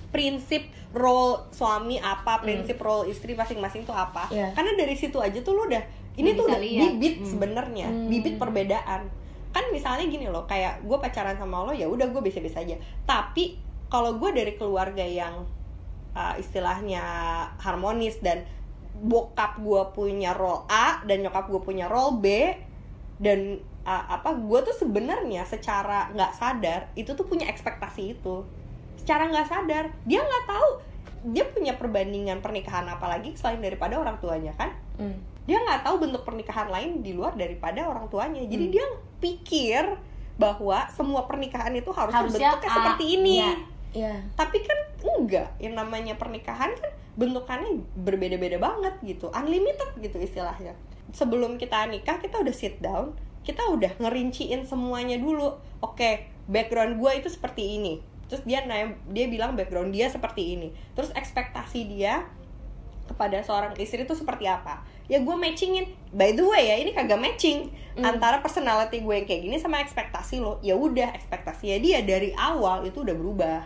prinsip role suami apa, prinsip hmm. role istri masing-masing tuh apa. Yeah. Karena dari situ aja tuh lu udah ini tuh udah liat. bibit hmm. sebenarnya, hmm. bibit perbedaan. Kan misalnya gini loh, kayak gue pacaran sama lo ya udah gue biasa-biasa aja. Tapi kalau gue dari keluarga yang uh, istilahnya harmonis dan bokap gue punya role A dan nyokap gue punya role B dan uh, apa gue tuh sebenarnya secara nggak sadar itu tuh punya ekspektasi itu. Secara nggak sadar dia nggak tahu dia punya perbandingan pernikahan apalagi selain daripada orang tuanya kan. Mm. Dia nggak tahu bentuk pernikahan lain di luar daripada orang tuanya. Jadi mm. dia pikir bahwa semua pernikahan itu harus Harusnya bentuknya seperti ini. Yeah. Yeah. Tapi kan enggak, yang namanya pernikahan kan bentukannya berbeda-beda banget gitu, unlimited gitu istilahnya. Sebelum kita nikah kita udah sit down, kita udah ngerinciin semuanya dulu. Oke, background gue itu seperti ini. Terus dia nanya, dia bilang background dia seperti ini. Terus ekspektasi dia kepada seorang istri itu seperti apa? Ya gue matchingin. By the way ya, ini kagak matching mm. antara personality gue yang kayak gini sama ekspektasi lo. Ya udah, ekspektasinya dia dari awal itu udah berubah.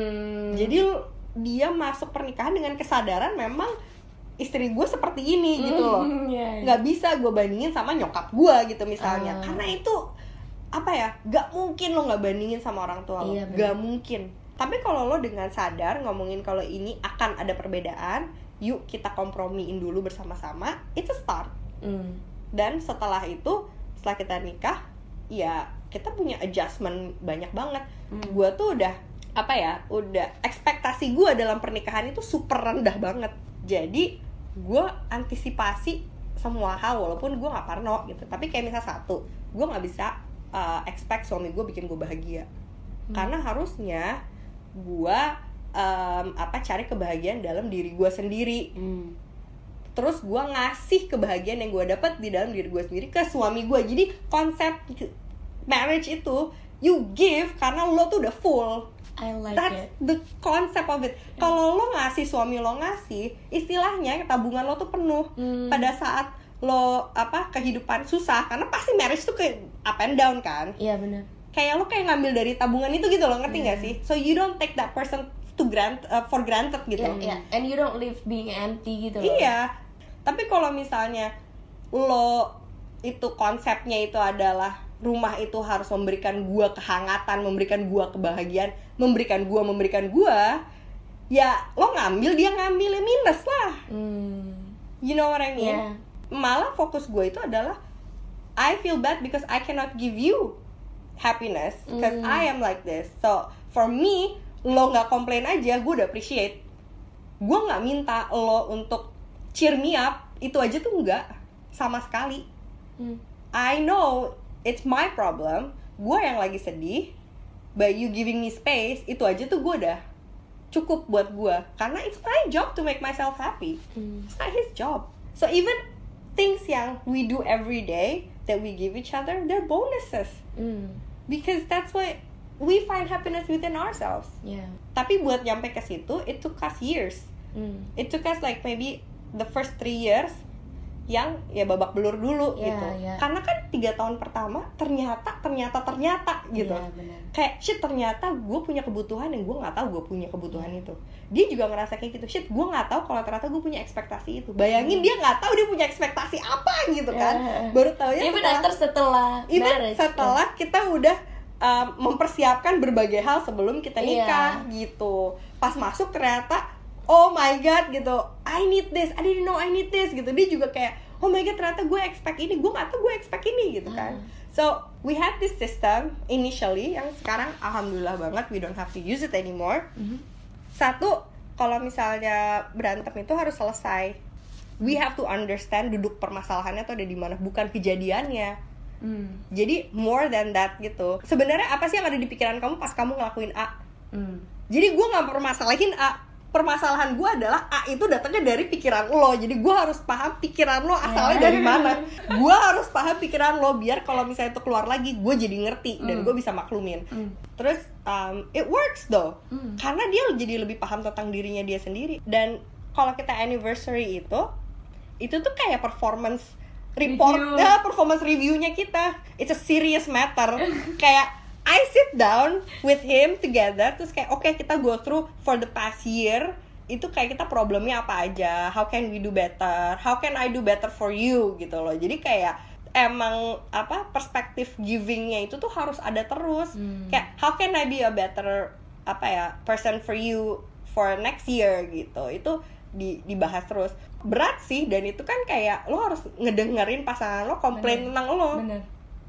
Mm. Jadi dia masuk pernikahan dengan kesadaran memang istri gue seperti ini gitu loh. Mm, yeah, yeah. Gak bisa gue bandingin sama nyokap gue gitu misalnya. Uh. Karena itu apa ya? Gak mungkin lo gak bandingin sama orang tua lo. Iya, gak mungkin. Tapi kalau lo dengan sadar ngomongin kalau ini akan ada perbedaan, yuk kita kompromiin dulu bersama-sama, it's a start. Mm. Dan setelah itu, setelah kita nikah, ya kita punya adjustment banyak banget. Mm. Gue tuh udah, apa ya, udah ekspektasi gue dalam pernikahan itu super rendah banget. Jadi gue antisipasi semua hal, walaupun gue gak parno gitu. Tapi kayak misal satu, gue gak bisa uh, expect suami gue bikin gue bahagia. Mm. Karena harusnya gue um, apa cari kebahagiaan dalam diri gue sendiri. Hmm. Terus gue ngasih kebahagiaan yang gue dapat di dalam diri gue sendiri ke suami gue. Jadi konsep marriage itu you give karena lo tuh udah full. I like That's it. the concept of it. Yeah. Kalau lo ngasih, suami lo ngasih, istilahnya tabungan lo tuh penuh. Hmm. Pada saat lo apa kehidupan susah, karena pasti marriage tuh ke up and down kan. Iya yeah, benar. Kayak lo kayak ngambil dari tabungan itu gitu loh, ngerti yeah. gak sih? So you don't take that person to grant uh, for granted gitu. Yeah, yeah. And you don't live being empty gitu loh. Iya. Tapi kalau misalnya lo itu konsepnya itu adalah rumah itu harus memberikan gua kehangatan, memberikan gua kebahagiaan, memberikan gua memberikan gua, ya lo ngambil dia ngambil ya minus lah. Mm. You know what I mean? Yeah. Malah fokus gue itu adalah I feel bad because I cannot give you happiness because mm. I am like this. So for me, lo nggak komplain aja, gue udah appreciate. Gue nggak minta lo untuk cheer me up, itu aja tuh nggak sama sekali. Mm. I know it's my problem. Gue yang lagi sedih, by you giving me space, itu aja tuh gue udah cukup buat gue. Karena it's my job to make myself happy. Mm. It's not his job. So even things yang we do every day that we give each other, they're bonuses. Mm. Because that's what we find happiness within ourselves. Yeah. Tapi buat nyampe ke situ, it took us years. Mm. It took us like maybe the first three years yang ya babak belur dulu yeah, gitu. Yeah. Karena kan tiga tahun pertama ternyata ternyata ternyata gitu. Yeah, bener. Kayak shit ternyata gue punya kebutuhan yang gue nggak tahu gue punya kebutuhan yeah. itu. Dia juga ngerasa kayak gitu. Shit gue nggak tahu kalau ternyata gue punya ekspektasi itu. Bayangin mm. dia nggak tahu dia punya ekspektasi apa gitu kan. Yeah. Baru tahu ya even setelah setelah even setelah yeah. kita udah um, mempersiapkan berbagai hal sebelum kita nikah yeah. gitu. Pas masuk ternyata oh my god gitu, I need this, I didn't know I need this gitu. Dia juga kayak, oh my god ternyata gue expect ini, gue gak tahu gue expect ini gitu kan. uh. So we had this system initially yang sekarang alhamdulillah banget we don't have to use it anymore. mm-hmm. Satu, kalau misalnya berantem itu harus selesai, we have to understand duduk permasalahannya tuh ada di mana, bukan kejadiannya. mm. Jadi more than that gitu. Sebenarnya apa sih yang ada di pikiran kamu pas kamu ngelakuin A? mm. Jadi gue gak permasalahin A, permasalahan gue adalah A itu datangnya dari pikiran lo. Jadi gue harus paham pikiran lo asalnya dari mana. Gue harus paham pikiran lo biar kalau misalnya itu keluar lagi gue jadi ngerti dan mm. gue bisa maklumin. mm. Terus um, it works though. mm. Karena dia jadi lebih paham tentang dirinya dia sendiri. Dan kalau kita anniversary itu itu tuh kayak performance report, ya, performance reviewnya kita. It's a serious matter. Kayak I sit down with him together, terus kayak oke okay, kita go through for the past year, itu kayak kita problemnya apa aja, how can we do better, how can I do better for you gitu loh. Jadi kayak emang apa perspektif givingnya itu tuh harus ada terus. hmm. Kayak how can I be a better apa ya person for you for next year gitu. Itu di, dibahas terus. Berat sih, dan itu kan kayak lo harus ngedengerin pasangan lo komplain tentang lo. Bener.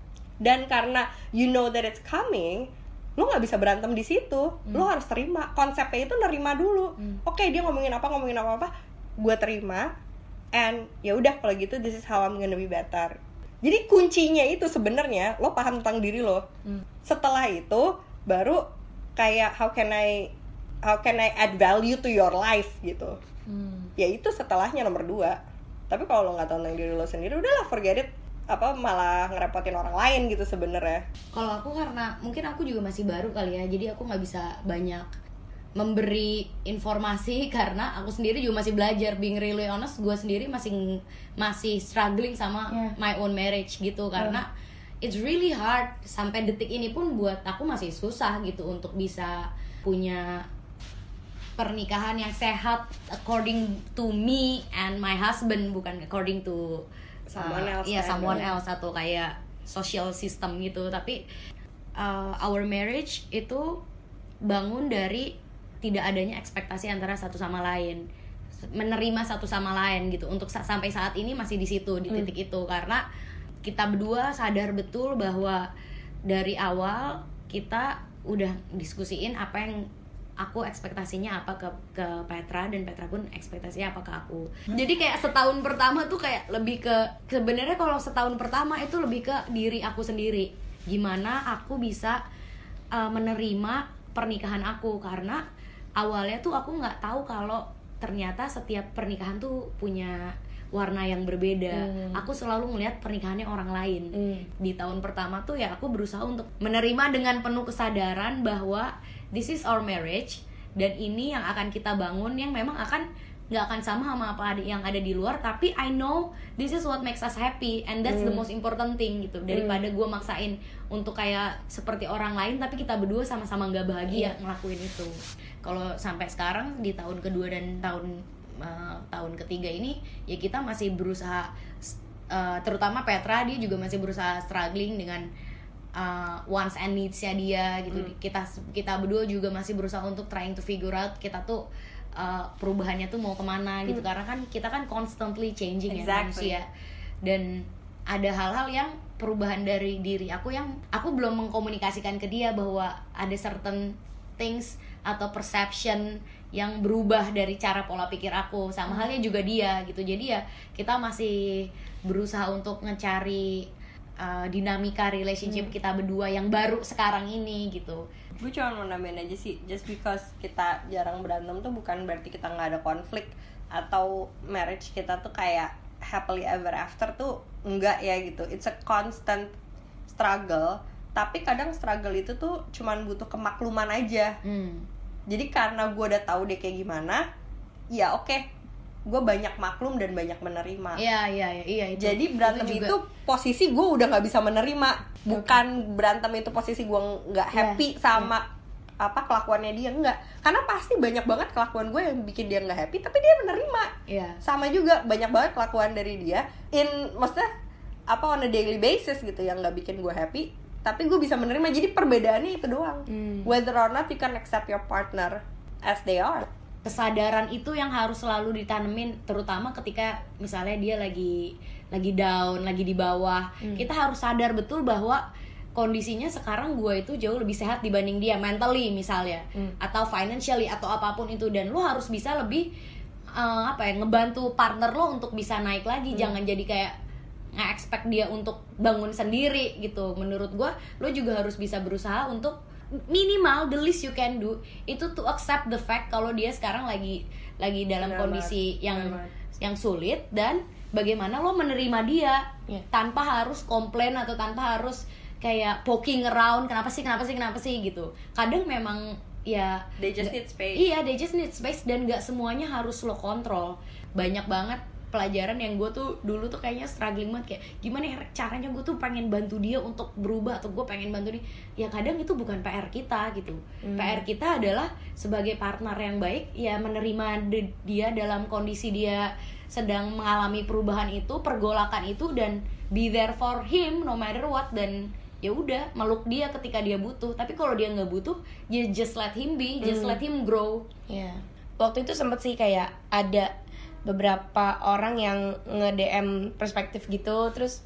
Dan karena you know that it's coming, lo nggak bisa berantem di situ. hmm. Lo harus terima. Konsepnya itu nerima dulu. hmm. Oke okay, dia ngomongin apa ngomongin apa apa gue terima, and ya udah kalau gitu this is how I'm gonna be better. Jadi kuncinya itu sebenarnya lo paham tentang diri lo. hmm. Setelah itu baru kayak how can I how can I add value to your life gitu. hmm. Ya itu setelahnya nomor dua. Tapi kalau lo nggak tahu tentang diri lo sendiri, udahlah forget it. Apa malah ngerepotin orang lain gitu sebenarnya. Kalau aku karena mungkin aku juga masih baru kali ya, jadi aku nggak bisa banyak memberi informasi karena aku sendiri juga masih belajar. Being really honest, gue sendiri masih masih struggling sama yeah. my own marriage gitu, karena yeah. it's really hard. Sampai detik ini pun buat aku masih susah gitu untuk bisa punya pernikahan yang sehat according to me and my husband, bukan according to someone else. Iya, uh, someone else atau kayak social system gitu. Tapi uh, our marriage itu bangun dari tidak adanya ekspektasi antara satu sama lain, menerima satu sama lain gitu. Untuk sa- sampai saat ini masih di situ, di titik mm. itu, karena kita berdua sadar betul bahwa dari awal kita udah diskusiin apa yang aku ekspektasinya apa ke ke Petra, dan Petra pun ekspektasinya apa ke aku. Jadi kayak setahun pertama tuh kayak lebih ke sebenarnya kalau setahun pertama itu lebih ke diri aku sendiri. Gimana aku bisa uh, menerima pernikahan aku, karena awalnya tuh aku nggak tahu kalau ternyata setiap pernikahan tuh punya warna yang berbeda. hmm. Aku selalu ngelihat pernikahannya orang lain. hmm. Di tahun pertama tuh ya aku berusaha untuk menerima dengan penuh kesadaran bahwa this is our marriage, dan ini yang akan kita bangun, yang memang akan nggak akan sama sama apa yang ada di luar, tapi I know this is what makes us happy, and that's mm. the most important thing gitu. Daripada mm. gue maksain untuk kayak seperti orang lain tapi kita berdua sama-sama nggak bahagia yeah. ngelakuin itu. Kalau sampai sekarang di tahun kedua dan tahun uh, tahun ketiga ini ya kita masih berusaha, uh, terutama Petra, dia juga masih berusaha struggling dengan Uh, wants and needs-nya dia gitu. hmm. Kita kita berdua juga masih berusaha untuk trying to figure out kita tuh uh, perubahannya tuh mau kemana gitu. hmm. Karena kan kita kan constantly changing exactly. ya manusia. Dan ada hal-hal yang perubahan dari diri aku yang aku belum mengkomunikasikan ke dia, bahwa ada certain things atau perception yang berubah dari cara pola pikir aku. Sama halnya juga dia gitu. Jadi ya kita masih berusaha untuk ngecari Uh, dinamika relationship hmm. kita berdua yang baru sekarang ini gitu. Gue cuma mau nambahin aja sih, just because kita jarang berantem tuh bukan berarti kita nggak ada konflik atau marriage kita tuh kayak happily ever after tuh enggak ya gitu. It's a constant struggle, tapi kadang struggle itu tuh cuman butuh kemakluman aja. hmm. Jadi karena gue udah tahu deh kayak gimana, ya oke okay, gue banyak maklum dan banyak menerima. Iya iya iya. Itu, jadi berantem itu, itu posisi gue udah nggak bisa menerima, bukan okay. berantem itu posisi gue nggak happy yeah. sama yeah. apa kelakuannya dia, enggak. Karena pasti banyak banget kelakuan gue yang bikin dia nggak happy, tapi dia menerima. Yeah. Sama juga banyak banget kelakuan dari dia in maksudnya apa on a daily basis gitu yang nggak bikin gue happy, tapi gue bisa menerima. Jadi perbedaannya itu doang. mm. Whether or not you can accept your partner as they are. Kesadaran itu yang harus selalu ditanemin, terutama ketika misalnya dia lagi lagi down, lagi di bawah. hmm. Kita harus sadar betul bahwa kondisinya sekarang gue itu jauh lebih sehat dibanding dia, mentally misalnya, hmm. atau financially atau apapun itu, dan lo harus bisa lebih uh, apa ya ngebantu partner lo untuk bisa naik lagi. hmm. Jangan jadi kayak nge-expect dia untuk bangun sendiri gitu. Menurut gue lo juga harus bisa berusaha untuk minimal the least you can do itu to accept the fact kalau dia sekarang lagi lagi dalam benar kondisi banget. yang benar yang sulit, dan bagaimana lo menerima dia yeah. tanpa harus komplain atau tanpa harus kayak poking around kenapa sih kenapa sih kenapa sih gitu. Kadang memang ya they just need space. Iya, they just need space, dan nggak semuanya harus lo kontrol. Banyak banget pelajaran yang gue tuh dulu tuh kayaknya struggling banget, kayak gimana ya caranya gue tuh pengen bantu dia untuk berubah, atau gue pengen bantu dia. Ya kadang itu bukan P R kita gitu. hmm. P R kita adalah sebagai partner yang baik ya menerima de- dia dalam kondisi dia sedang mengalami perubahan itu, pergolakan itu, dan be there for him no matter what. Dan ya udah meluk dia ketika dia butuh. Tapi kalau dia nggak butuh, ya just let him be, just hmm. let him grow. Ya, yeah. Waktu itu sempet sih kayak ada beberapa orang yang nge-D M perspektif gitu, terus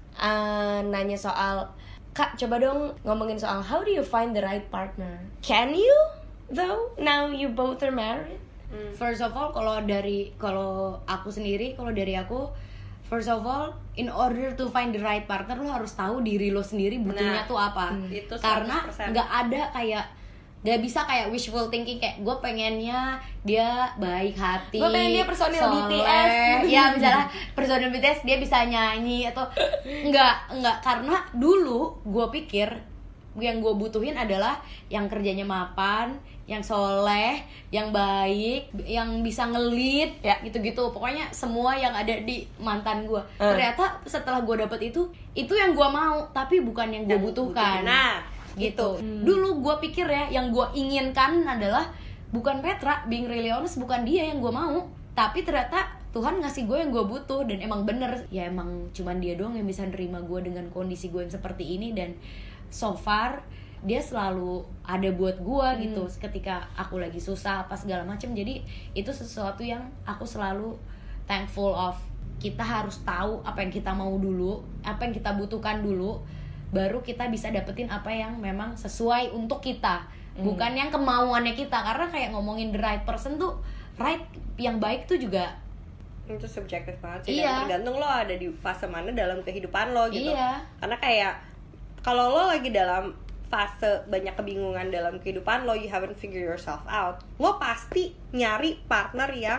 uh, nanya soal, Kak coba dong ngomongin soal how do you find the right partner. Can you though now you both are married? hmm. First of all, kalau dari kalau aku sendiri, kalau dari aku, first of all, in order to find the right partner, lo harus tahu diri lo sendiri butuhnya nah, tuh apa. hmm. Itu karena nggak ada kayak gak bisa kayak wishful thinking kayak gue pengennya dia baik hati, gue pengen dia personil soleh. B T S ya misalnya personil B T S dia bisa nyanyi atau enggak enggak karena dulu gue pikir yang gue butuhin adalah yang kerjanya mapan, yang soleh, yang baik, yang bisa ngelit ya gitu-gitu, pokoknya semua yang ada di mantan gue. hmm. Ternyata setelah gue dapet itu itu yang gue mau tapi bukan yang gue butuhkan. Nah gitu. Hmm. Dulu gue pikir ya yang gue inginkan adalah bukan Petra, being really honest, bukan dia yang gue mau, tapi ternyata Tuhan ngasih gue yang gue butuh. Dan emang bener ya, emang cuman dia doang yang bisa nerima gue dengan kondisi gue yang seperti ini. Dan so far dia selalu ada buat gue hmm. gitu ketika aku lagi susah apa segala macam. Jadi itu sesuatu yang aku selalu thankful of. Kita harus tahu apa yang kita mau dulu, apa yang kita butuhkan dulu, baru kita bisa dapetin apa yang memang sesuai untuk kita, hmm. bukan yang kemauannya kita. Karena kayak ngomongin the right person tuh, right yang baik tuh juga itu subjektif banget sih. Iya. Dan tergantung lo ada di fase mana dalam kehidupan lo gitu. Iya. Karena kayak kalau lo lagi dalam fase banyak kebingungan dalam kehidupan lo, you haven't figure yourself out, lo pasti nyari partner yang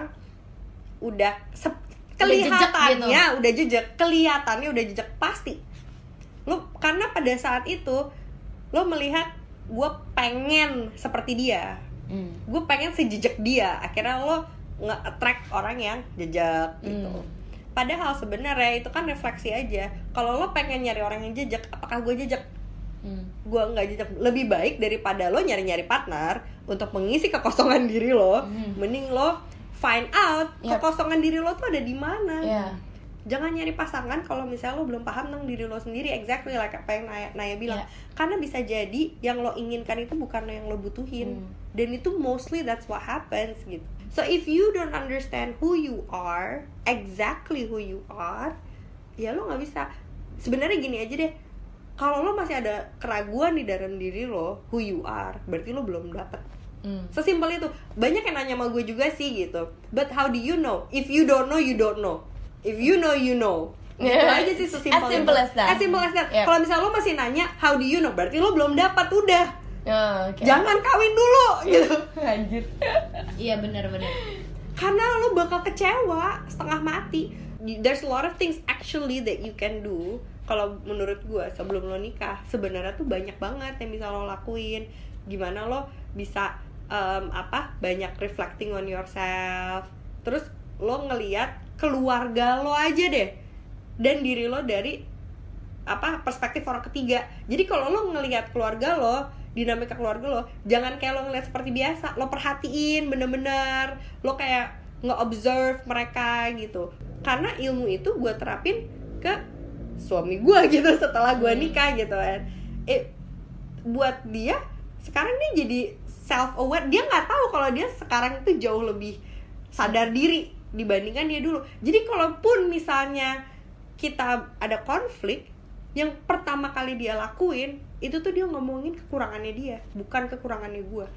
udah se- kelihatannya udah jejak, gitu. kelihatannya udah jejak pasti. Lo karena pada saat itu lo melihat gue pengen seperti dia, mm. gue pengen sejejak dia, akhirnya lo nge-attract orang yang jejak gitu. mm. Padahal sebenarnya itu kan refleksi aja. Kalau lo pengen nyari orang yang jejak, apakah gue jejak? mm. Gue nggak jejak. Lebih baik daripada lo nyari-nyari partner untuk mengisi kekosongan diri lo, mm. mending lo find out yep. kekosongan diri lo tuh ada di mana. yeah. Jangan nyari pasangan kalau misalnya lo belum paham tentang diri lo sendiri, exactly like apa yang Naya, Naya bilang. Yeah. Karena bisa jadi yang lo inginkan itu bukan yang lo butuhin. Hmm. Dan itu mostly that's what happens gitu. So if you don't understand who you are, exactly who you are, ya lo nggak bisa. Sebenarnya gini aja deh, kalau lo masih ada keraguan di dalam diri lo, who you are, berarti lo belum dapet. Hmm. Sesimpel itu. Banyak yang nanya sama gue juga sih gitu. But how do you know? If you don't know, you don't know. If you know, you know. Gitu yeah. aja sih, sesimpel as simple as that. As simple as that. Yep. Kalau misalnya lo masih nanya how do you know, berarti lo belum dapat udah. Oh, okay. Jangan kawin dulu gitu. Anjir. Iya benar-benar. Karena lo bakal kecewa setengah mati. There's a lot of things actually that you can do. Kalau menurut gue sebelum lo nikah, sebenarnya tuh banyak banget yang bisa lo lakuin. Gimana lo bisa um, apa? Banyak reflecting on yourself. Terus lo ngelihat keluarga lo aja deh, dan diri lo dari apa perspektif orang ketiga. Jadi kalau lo ngelihat keluarga lo, dinamika keluarga lo, jangan kayak lo ngelihat seperti biasa, lo perhatiin bener-bener, lo kayak nge-observe mereka gitu. Karena ilmu itu gue terapin ke suami gue gitu setelah gue nikah gitu kan. Eh, buat dia sekarang dia jadi self aware, dia nggak tahu kalau dia sekarang itu jauh lebih sadar diri dibandingkan dia dulu. Jadi kalaupun misalnya kita ada konflik, yang pertama kali dia lakuin itu tuh dia ngomongin kekurangannya dia, bukan kekurangannya gue.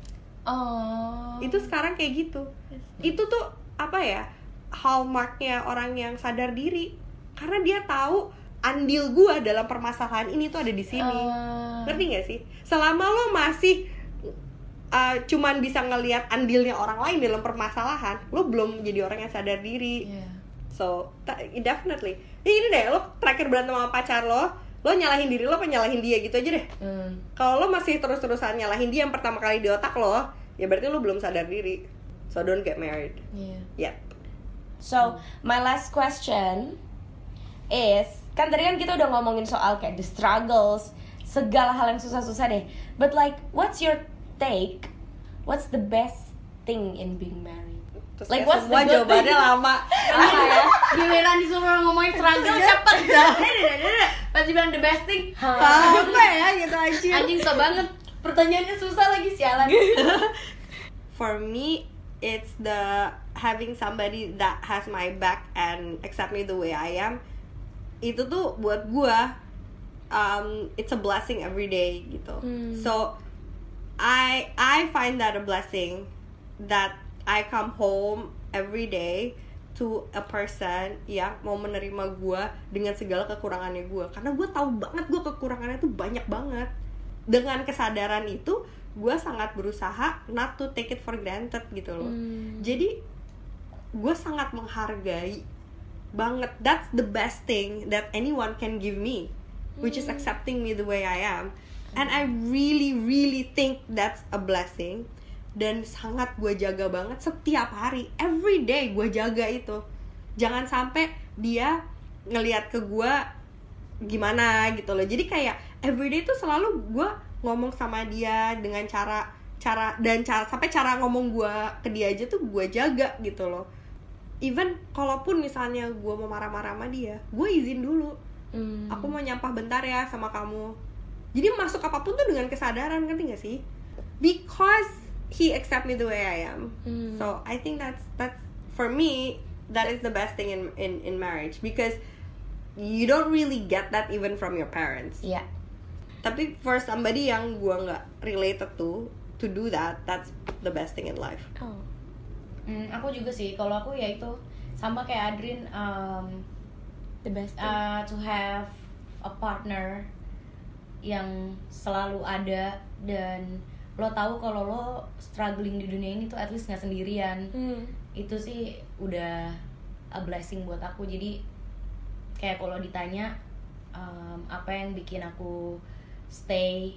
Oh. Itu sekarang kayak gitu. Itu tuh apa ya, hallmarknya orang yang sadar diri, karena dia tahu andil gue dalam permasalahan ini tuh ada di sini. Uh. Ngerti gak sih? Selama lo masih Uh, cuman bisa ngelihat andilnya orang lain dalam permasalahan, lo belum jadi orang yang sadar diri. yeah. So t- definitely ya ini deh, lo terakhir berantem sama pacar lo, lo nyalahin diri lo apa nyalahin dia gitu aja deh. mm. Kalau lo masih terus-terusan nyalahin dia yang pertama kali di otak lo, ya berarti lo belum sadar diri. So don't get married. yeah. Yep. So my last question is, kan tadi kan kita udah ngomongin soal kayak the struggles, segala hal yang susah-susah deh. But like, what's your take? What's the best thing in being married? Terus Like, kayak what's semua the good jawabannya thing? lama. Apa ya? Giliran disuruh ngomongin struggle cepet dah. Pas dibilang the best thing, Apa ya gitu aja. anjing so banget. Pertanyaannya susah lagi sialan. For me, it's the having somebody that has my back and accept me the way I am. Itu tuh buat gua, um, it's a blessing every day gitu. Hmm. So I I find that a blessing that I come home every day to a person yang mau menerima gue dengan segala kekurangannya gue, karena gue tahu banget gue kekurangannya tuh banyak banget. Dengan kesadaran itu gue sangat berusaha not to take it for granted gitu loh. Hmm. Jadi gue sangat menghargai banget. That's the best thing that anyone can give me, which is accepting me the way I am. And I really really think that's a blessing. Dan sangat gue jaga banget setiap hari, every day gue jaga itu. Jangan sampai dia ngelihat ke gue gimana gitu loh. Jadi kayak everyday tuh selalu gue ngomong sama dia dengan cara cara dan cara sampai cara ngomong gue ke dia aja tuh gue jaga gitu loh. Even kalaupun misalnya gue mau marah-marah sama dia, gue izin dulu. Hmm. Aku mau nyampah bentar ya sama kamu. Jadi masuk apapun tuh dengan kesadaran, ngerti gak sih? Because he accept me the way I am. Hmm. So I think that's that's for me, that is the best thing in in in marriage, because you don't really get that even from your parents. Iya. Tapi for somebody yang gua nggak related to to do that, that's the best thing in life. Oh. Hmm, aku juga sih. Kalau aku ya itu sama kayak Adrin, um, The best thing. uh, to have a partner yang selalu ada dan lo tahu kalau lo struggling di dunia ini tuh at least nggak sendirian. Hmm. Itu sih udah a blessing buat aku. Jadi kayak kalau ditanya um, apa yang bikin aku stay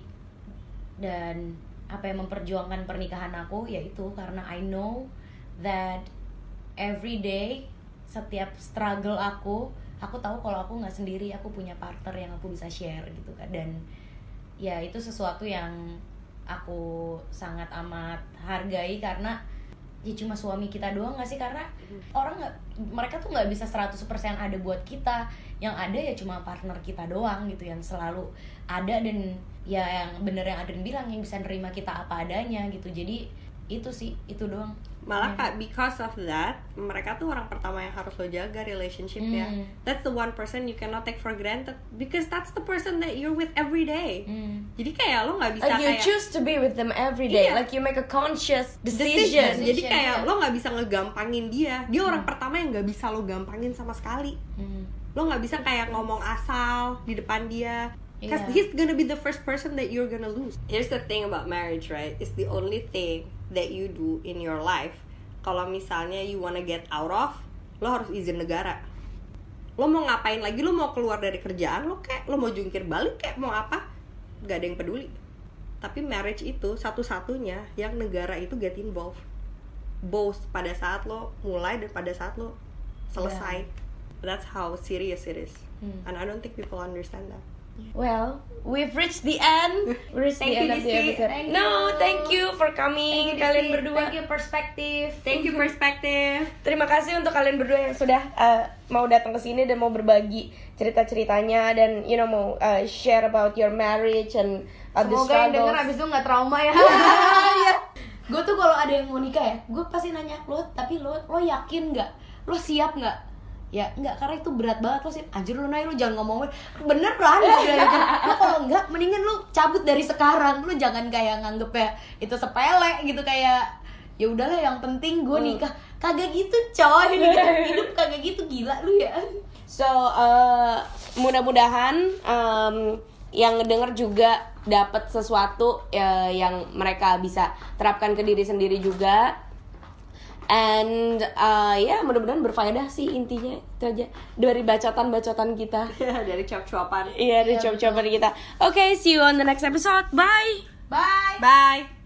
dan apa yang memperjuangkan pernikahan aku, yaitu karena I know that every day, setiap struggle aku, aku tahu kalau aku nggak sendiri, aku punya partner yang aku bisa share gitu kan. Dan ya itu sesuatu yang aku sangat amat hargai, karena ya cuma suami kita doang gak sih, karena orang nggak, mereka tuh nggak bisa seratus persen ada buat kita, yang ada ya cuma partner kita doang gitu yang selalu ada, dan ya yang bener yang Adrin bilang, yang bisa nerima kita apa adanya gitu. Jadi itu sih, itu doang. Malah kak, because of that, mereka tuh orang pertama yang harus lo jaga relationship-nya. Hmm. That's the one person you cannot take for granted, because that's the person that you're with every day. Hmm. Jadi kayak lo nggak bisa Like you kayak choose to be with them every day. Iya. Like you make a conscious decision. decision. Jadi Decision, kayak iya. lo nggak bisa ngegampangin dia. Dia orang pertama yang nggak bisa lo gampangin sama sekali. Hmm. Lo nggak bisa kayak ngomong asal di depan dia. Cause Iya. he's gonna be the first person that you're gonna lose. Here's the thing about marriage, right? It's the only thing that you do in your life. Kalau misalnya you wanna get out of, lo harus izin negara. Lo mau ngapain lagi? Lo mau keluar dari kerjaan lo kayak, lo mau jungkir balik kayak, mau apa? Gak ada yang peduli. Tapi marriage itu satu-satunya yang negara itu get involved, both pada saat lo mulai dan pada saat lo selesai. That's how serious it is. Hmm. And I don't think people understand that. Well, we've reached the end. We reached Thank the you, end of the Disi. episode. Thank No, you. thank you for coming, kalian berdua. Thank you perspektif. Thank you perspective. Terima kasih untuk kalian berdua yang sudah uh, mau datang ke sini dan mau berbagi cerita-ceritanya dan you know mau uh, share about your marriage and uh, the Semoga yang struggles. denger abis itu nggak trauma ya. Gue tuh kalau ada yang mau nikah ya, gue pasti nanya lo, tapi lo lo yakin nggak? Lo siap nggak? Ya nggak, karena itu berat banget. Lo sih anjir, lo nanya, lo jangan ngomong beneran gitu. Lo kalau nggak, mendingan lo cabut dari sekarang. Lo jangan kayak nganggep ya itu sepele gitu, kayak ya udahlah yang penting gue nikah. Kagak gitu coy, hidup kagak gitu, gila lu ya. So uh, mudah-mudahan um, yang ngedenger juga dapat sesuatu uh, yang mereka bisa terapkan ke diri sendiri juga. And uh, ya mudah-mudahan berfaedah sih, intinya itu aja dari bacotan-bacotan kita. Dari cuap-cuapan. Iya, dari cuap-cuapan kita. Okay, see you on the next episode. Bye. Bye. Bye.